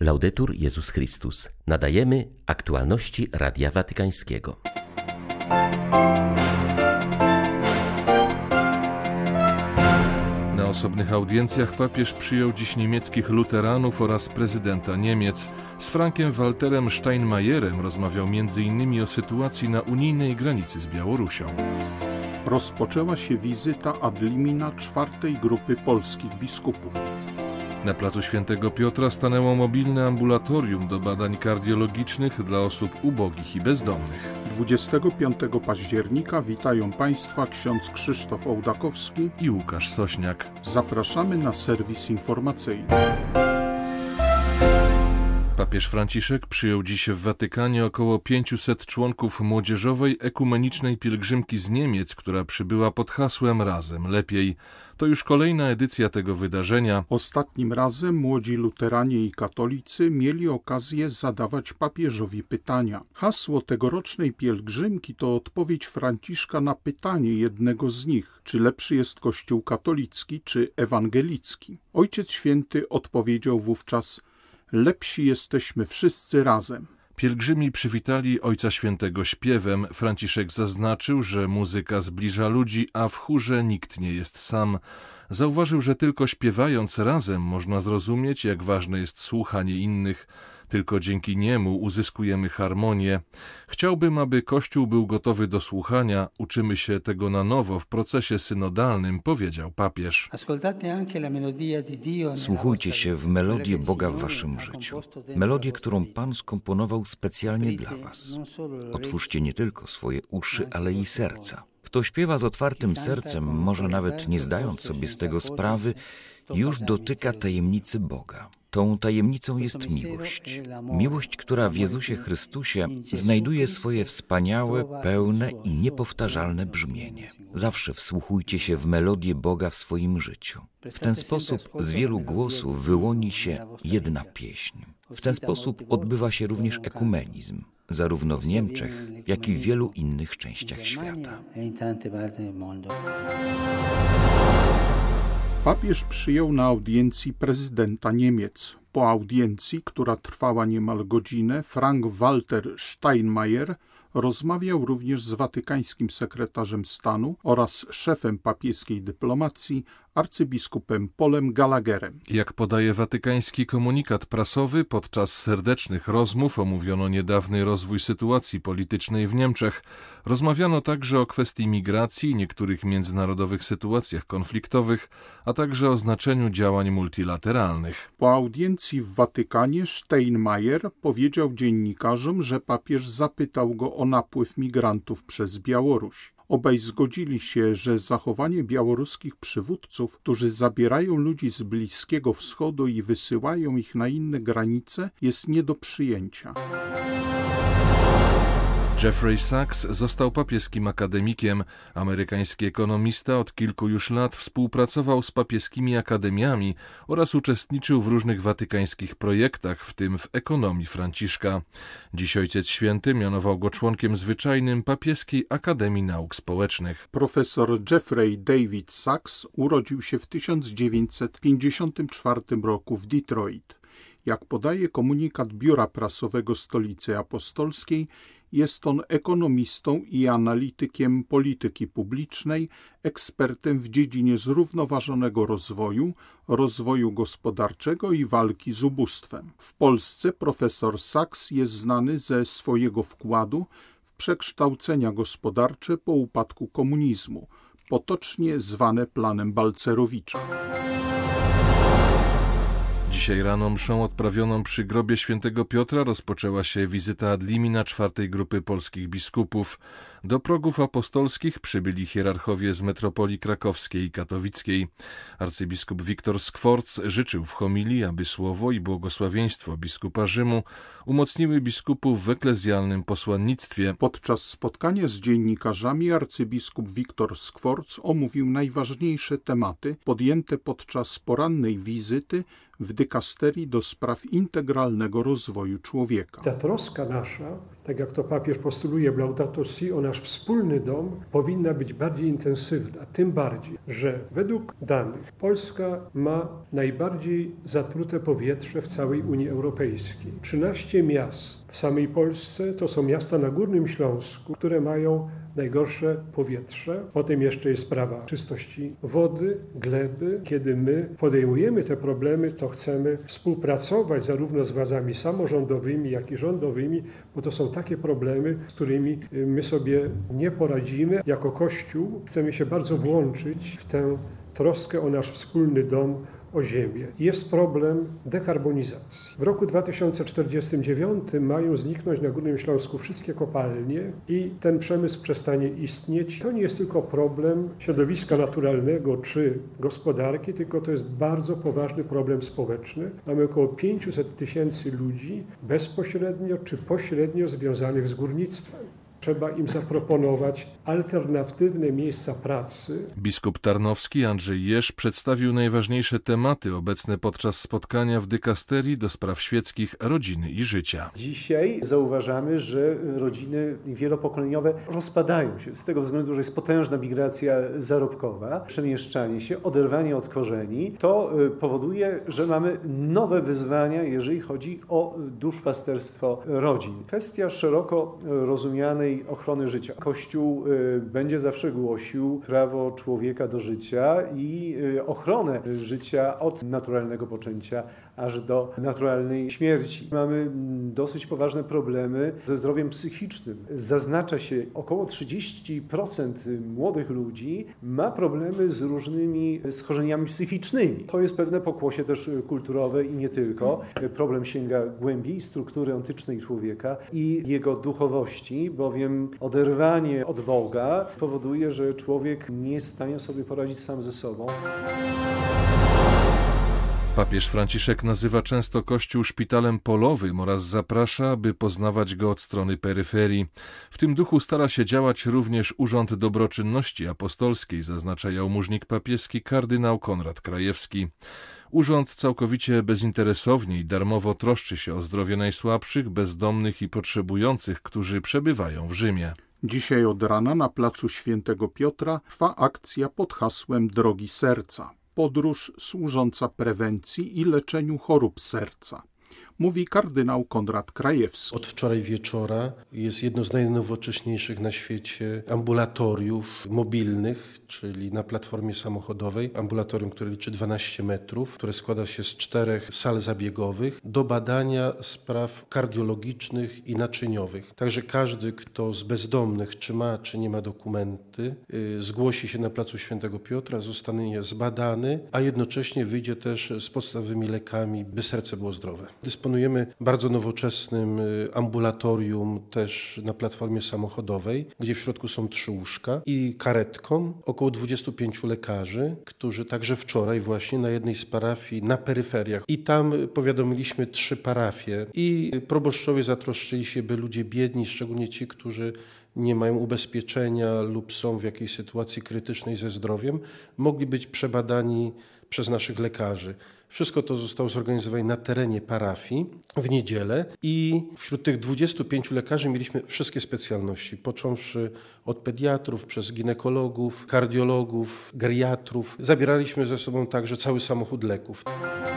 Laudetur Jezus Chrystus. Nadajemy aktualności Radia Watykańskiego. Na osobnych audiencjach papież przyjął dziś niemieckich luteranów oraz prezydenta Niemiec. Z Frankiem-Walterem Steinmeierem rozmawiał m.in. o sytuacji na unijnej granicy z Białorusią. Rozpoczęła się wizyta ad limina czwartej grupy polskich biskupów. Na placu Świętego Piotra stanęło mobilne ambulatorium do badań kardiologicznych dla osób ubogich i bezdomnych. 25 października witają Państwa ksiądz Krzysztof Ołdakowski i Łukasz Sośniak. Zapraszamy na serwis informacyjny. Papież Franciszek przyjął dziś w Watykanie około 500 członków młodzieżowej ekumenicznej pielgrzymki z Niemiec, która przybyła pod hasłem Razem lepiej. To już kolejna edycja tego wydarzenia. Ostatnim razem młodzi luteranie i katolicy mieli okazję zadawać papieżowi pytania. Hasło tegorocznej pielgrzymki to odpowiedź Franciszka na pytanie jednego z nich, czy lepszy jest Kościół katolicki czy ewangelicki. Ojciec Święty odpowiedział wówczas: lepsi jesteśmy wszyscy razem. Pielgrzymi przywitali Ojca Świętego śpiewem. Franciszek zaznaczył, że muzyka zbliża ludzi, a w chórze nikt nie jest sam. Zauważył, że tylko śpiewając razem można zrozumieć, jak ważne jest słuchanie innych. Tylko dzięki niemu uzyskujemy harmonię. Chciałbym, aby Kościół był gotowy do słuchania. Uczymy się tego na nowo w procesie synodalnym, powiedział papież. Wsłuchujcie się w melodię Boga w waszym życiu. Melodię, którą Pan skomponował specjalnie dla was. Otwórzcie nie tylko swoje uszy, ale i serca. Kto śpiewa z otwartym sercem, może nawet nie zdając sobie z tego sprawy, już dotyka tajemnicy Boga. Tą tajemnicą jest miłość. Miłość, która w Jezusie Chrystusie znajduje swoje wspaniałe, pełne i niepowtarzalne brzmienie. Zawsze wsłuchujcie się w melodię Boga w swoim życiu. W ten sposób z wielu głosów wyłoni się jedna pieśń. W ten sposób odbywa się również ekumenizm, zarówno w Niemczech, jak i w wielu innych częściach świata. Papież przyjął na audiencji prezydenta Niemiec. Po audiencji, która trwała niemal godzinę, Frank-Walter Steinmeier rozmawiał również z watykańskim sekretarzem stanu oraz szefem papieskiej dyplomacji, arcybiskupem Paulem Gallagherem. Jak podaje watykański komunikat prasowy, podczas serdecznych rozmów omówiono niedawny rozwój sytuacji politycznej w Niemczech. Rozmawiano także o kwestii migracji i niektórych międzynarodowych sytuacjach konfliktowych, a także o znaczeniu działań multilateralnych. Po audiencji w Watykanie Steinmeier powiedział dziennikarzom, że papież zapytał go o napływ migrantów przez Białoruś. Obaj zgodzili się, że zachowanie białoruskich przywódców, którzy zabierają ludzi z Bliskiego Wschodu i wysyłają ich na inne granice, jest nie do przyjęcia. Jeffrey Sachs został papieskim akademikiem. Amerykański ekonomista od kilku już lat współpracował z papieskimi akademiami oraz uczestniczył w różnych watykańskich projektach, w tym w ekonomii Franciszka. Dziś Ojciec Święty mianował go członkiem zwyczajnym Papieskiej Akademii Nauk Społecznych. Profesor Jeffrey David Sachs urodził się w 1954 roku w Detroit. Jak podaje komunikat Biura Prasowego Stolicy Apostolskiej, jest on ekonomistą i analitykiem polityki publicznej, ekspertem w dziedzinie zrównoważonego rozwoju gospodarczego i walki z ubóstwem. W Polsce profesor Sachs jest znany ze swojego wkładu w przekształcenia gospodarcze po upadku komunizmu, potocznie zwane planem Balcerowicza. Dzisiaj rano mszą odprawioną przy grobie Świętego Piotra rozpoczęła się wizyta ad limina czwartej grupy polskich biskupów. Do progów apostolskich przybyli hierarchowie z metropolii krakowskiej i katowickiej. Arcybiskup Wiktor Skworc życzył w homilii, aby słowo i błogosławieństwo biskupa Rzymu umocniły biskupów w eklezjalnym posłannictwie. Podczas spotkania z dziennikarzami arcybiskup Wiktor Skworc omówił najważniejsze tematy podjęte podczas porannej wizyty w dykasterii do spraw integralnego rozwoju człowieka. Ta troska nasza tak jak to papież postuluje w Laudato Si, o nasz wspólny dom, powinna być bardziej intensywna. Tym bardziej, że według danych Polska ma najbardziej zatrute powietrze w całej Unii Europejskiej. 13 miast w samej Polsce to są miasta na Górnym Śląsku, które mają najgorsze powietrze. Potem jeszcze jest sprawa czystości wody, gleby. Kiedy my podejmujemy te problemy, to chcemy współpracować zarówno z władzami samorządowymi, jak i rządowymi, bo to są takie problemy, z którymi my sobie nie poradzimy. Jako Kościół chcemy się bardzo włączyć w tę troskę o nasz wspólny dom, o ziemię. Jest problem dekarbonizacji. W roku 2049 mają zniknąć na Górnym Śląsku wszystkie kopalnie i ten przemysł przestanie istnieć. To nie jest tylko problem środowiska naturalnego czy gospodarki, tylko to jest bardzo poważny problem społeczny. Mamy około 500 000 ludzi bezpośrednio czy pośrednio związanych z górnictwem. Trzeba im zaproponować alternatywne miejsca pracy. Biskup tarnowski Andrzej Jerz przedstawił najważniejsze tematy obecne podczas spotkania w dykasterii do spraw świeckich rodziny i życia. Dzisiaj zauważamy, że rodziny wielopokoleniowe rozpadają się z tego względu, że jest potężna migracja zarobkowa, przemieszczanie się, oderwanie od korzeni. To powoduje, że mamy nowe wyzwania, jeżeli chodzi o duszpasterstwo rodzin. Kwestia szeroko rozumianej ochrony życia. Kościół będzie zawsze głosił prawo człowieka do życia i ochronę życia od naturalnego poczęcia aż do naturalnej śmierci. Mamy dosyć poważne problemy ze zdrowiem psychicznym. Zaznacza się, około 30% młodych ludzi ma problemy z różnymi schorzeniami psychicznymi. To jest pewne pokłosie też kulturowe i nie tylko. Problem sięga głębiej struktury ontycznej człowieka i jego duchowości, bowiem oderwanie od Boga powoduje, że człowiek nie jest w stanie sobie poradzić sam ze sobą. Papież Franciszek nazywa często Kościół szpitalem polowym oraz zaprasza, by poznawać go od strony peryferii. W tym duchu stara się działać również Urząd Dobroczynności Apostolskiej, zaznacza jałmużnik papieski kardynał Konrad Krajewski. Urząd całkowicie bezinteresownie i darmowo troszczy się o zdrowie najsłabszych, bezdomnych i potrzebujących, którzy przebywają w Rzymie. Dzisiaj od rana na placu Świętego Piotra trwa akcja pod hasłem Drogi Serca. Podróż służąca prewencji i leczeniu chorób serca. Mówi kardynał Konrad Krajewski. Od wczoraj wieczora jest jedno z najnowocześniejszych na świecie ambulatoriów mobilnych, czyli na platformie samochodowej. Ambulatorium, które liczy 12 metrów, które składa się z 4 sal zabiegowych do badania spraw kardiologicznych i naczyniowych. Także każdy, kto z bezdomnych, czy ma, czy nie ma dokumenty, zgłosi się na placu Świętego Piotra, zostanie zbadany, a jednocześnie wyjdzie też z podstawowymi lekami, by serce było zdrowe. Dysponujemy bardzo nowoczesnym ambulatorium też na platformie samochodowej, gdzie w środku są 3 łóżka i karetką około 25 lekarzy, którzy także wczoraj właśnie na jednej z parafii na peryferiach i tam powiadomiliśmy 3 parafie i proboszczowie zatroszczyli się, by ludzie biedni, szczególnie ci, którzy nie mają ubezpieczenia lub są w jakiejś sytuacji krytycznej ze zdrowiem, mogli być przebadani przez naszych lekarzy. Wszystko to zostało zorganizowane na terenie parafii w niedzielę i wśród tych 25 lekarzy mieliśmy wszystkie specjalności, począwszy od pediatrów, przez ginekologów, kardiologów, geriatrów. Zabieraliśmy ze sobą także cały samochód leków.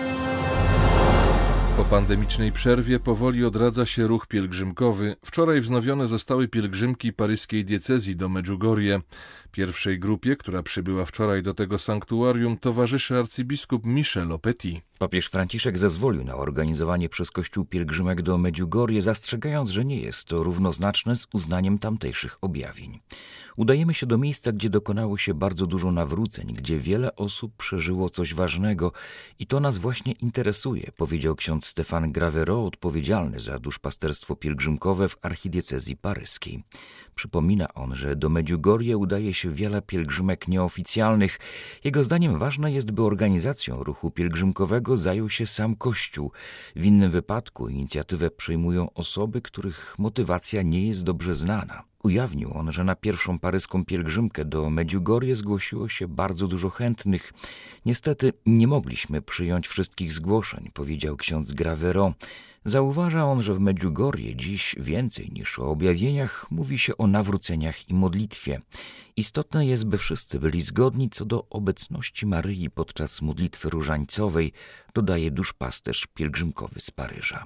Po pandemicznej przerwie powoli odradza się ruch pielgrzymkowy. Wczoraj wznowione zostały pielgrzymki paryskiej diecezji do Medjugorje. Pierwszej grupie, która przybyła wczoraj do tego sanktuarium, towarzyszy arcybiskup Michel Opetit. Papież Franciszek zezwolił na organizowanie przez Kościół pielgrzymek do Medjugorje, zastrzegając, że nie jest to równoznaczne z uznaniem tamtejszych objawień. Udajemy się do miejsca, gdzie dokonało się bardzo dużo nawróceń, gdzie wiele osób przeżyło coś ważnego i to nas właśnie interesuje, powiedział ksiądz Stéphane Gravero, odpowiedzialny za duszpasterstwo pielgrzymkowe w archidiecezji paryskiej. Przypomina on, że do Medjugorje udaje się wiele pielgrzymek nieoficjalnych. Jego zdaniem ważne jest, by organizacją ruchu pielgrzymkowego zajął się sam Kościół. W innym wypadku inicjatywę przyjmują osoby, których motywacja nie jest dobrze znana. Ujawnił on, że na pierwszą paryską pielgrzymkę do Medjugorje zgłosiło się bardzo dużo chętnych. Niestety nie mogliśmy przyjąć wszystkich zgłoszeń, powiedział ksiądz Gravero. Zauważa on, że w Medjugorje dziś więcej niż o objawieniach mówi się o nawróceniach i modlitwie. Istotne jest, by wszyscy byli zgodni co do obecności Maryi podczas modlitwy różańcowej, dodaje duszpasterz pielgrzymkowy z Paryża.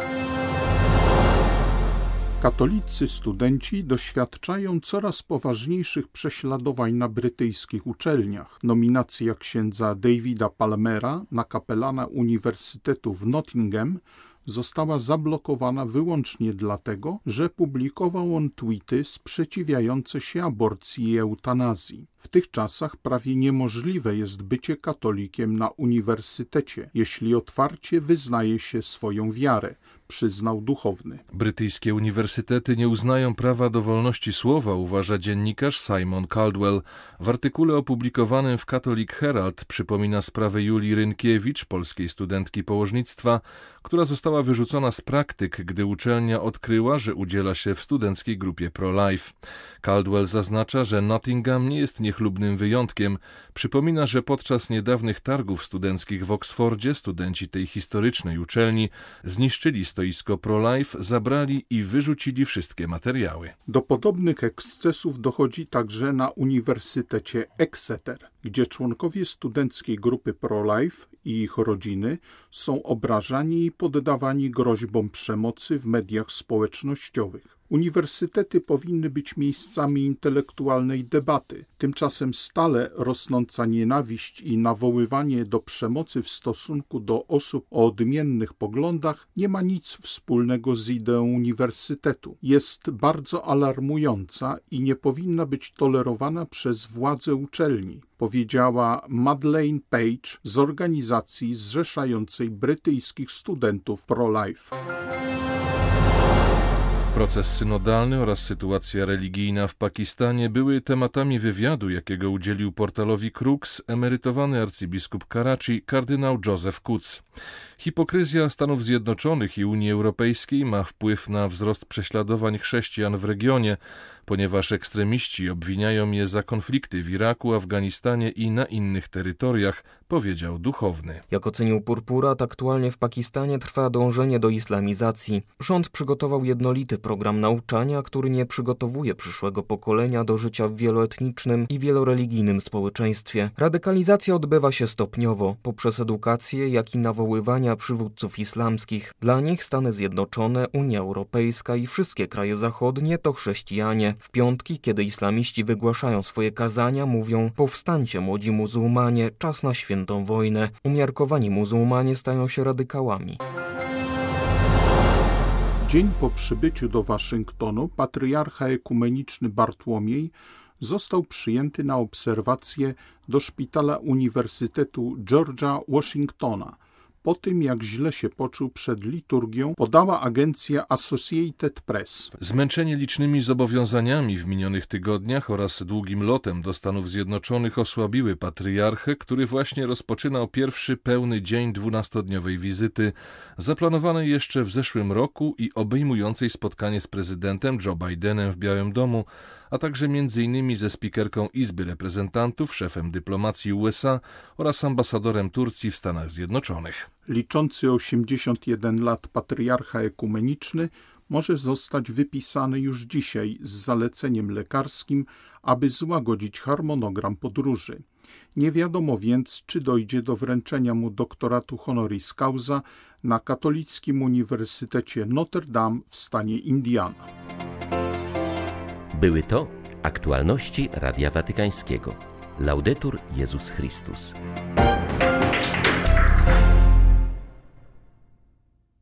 Katolicy studenci doświadczają coraz poważniejszych prześladowań na brytyjskich uczelniach. Nominacja księdza Davida Palmera na kapelana Uniwersytetu w Nottingham została zablokowana wyłącznie dlatego, że publikował on tweety sprzeciwiające się aborcji i eutanazji. W tych czasach prawie niemożliwe jest bycie katolikiem na uniwersytecie, jeśli otwarcie wyznaje się swoją wiarę, przyznał duchowny. Brytyjskie uniwersytety nie uznają prawa do wolności słowa, uważa dziennikarz Simon Caldwell. W artykule opublikowanym w Catholic Herald przypomina sprawę Julii Rynkiewicz, polskiej studentki położnictwa, która została wyrzucona z praktyk, gdy uczelnia odkryła, że udziela się w studenckiej grupie pro-life. Caldwell zaznacza, że Nottingham nie jest niechlubnym wyjątkiem. Przypomina, że podczas niedawnych targów studenckich w Oksfordzie studenci tej historycznej uczelni zniszczyli stoisko pro-life, zabrali i wyrzucili wszystkie materiały. Do podobnych ekscesów dochodzi także na Uniwersytecie Exeter, gdzie członkowie studenckiej grupy pro-life i ich rodziny są obrażani i poddawani groźbom przemocy w mediach społecznościowych. Uniwersytety powinny być miejscami intelektualnej debaty. Tymczasem stale rosnąca nienawiść i nawoływanie do przemocy w stosunku do osób o odmiennych poglądach nie ma nic wspólnego z ideą uniwersytetu. Jest bardzo alarmująca i nie powinna być tolerowana przez władze uczelni, powiedziała Madeleine Page z organizacji zrzeszającej brytyjskich studentów pro-life. Proces synodalny oraz sytuacja religijna w Pakistanie były tematami wywiadu, jakiego udzielił portalowi Crux emerytowany arcybiskup Karachi kardynał Joseph Coutts. Hipokryzja Stanów Zjednoczonych i Unii Europejskiej ma wpływ na wzrost prześladowań chrześcijan w regionie, ponieważ ekstremiści obwiniają je za konflikty w Iraku, Afganistanie i na innych terytoriach, powiedział duchowny. Jak ocenił Purpurat, aktualnie w Pakistanie trwa dążenie do islamizacji. Rząd przygotował jednolity program nauczania, który nie przygotowuje przyszłego pokolenia do życia w wieloetnicznym i wieloreligijnym społeczeństwie. Radykalizacja odbywa się stopniowo, poprzez edukację, jak i nawoływania przywódców islamskich. Dla nich Stany Zjednoczone, Unia Europejska i wszystkie kraje zachodnie to chrześcijanie. W piątki, kiedy islamiści wygłaszają swoje kazania, mówią: powstańcie, młodzi muzułmanie, czas na świętą wojnę. Umiarkowani muzułmanie stają się radykałami. Dzień po przybyciu do Waszyngtonu patriarcha ekumeniczny Bartłomiej został przyjęty na obserwację do szpitala Uniwersytetu George'a Washingtona. Po tym, jak źle się poczuł przed liturgią, podała agencja Associated Press. Zmęczeni licznymi zobowiązaniami w minionych tygodniach oraz długim lotem do Stanów Zjednoczonych osłabiły patriarchę, który właśnie rozpoczynał pierwszy pełny dzień 12-dniowej wizyty, zaplanowanej jeszcze w zeszłym roku i obejmującej spotkanie z prezydentem Joe Bidenem w Białym Domu, a także m.in. ze spikerką Izby Reprezentantów, szefem dyplomacji USA oraz ambasadorem Turcji w Stanach Zjednoczonych. Liczący 81 lat patriarcha ekumeniczny może zostać wypisany już dzisiaj z zaleceniem lekarskim, aby złagodzić harmonogram podróży. Nie wiadomo więc, czy dojdzie do wręczenia mu doktoratu honoris causa na Katolickim Uniwersytecie Notre Dame w stanie Indiana. Były to aktualności Radia Watykańskiego. Laudetur Jezus Chrystus.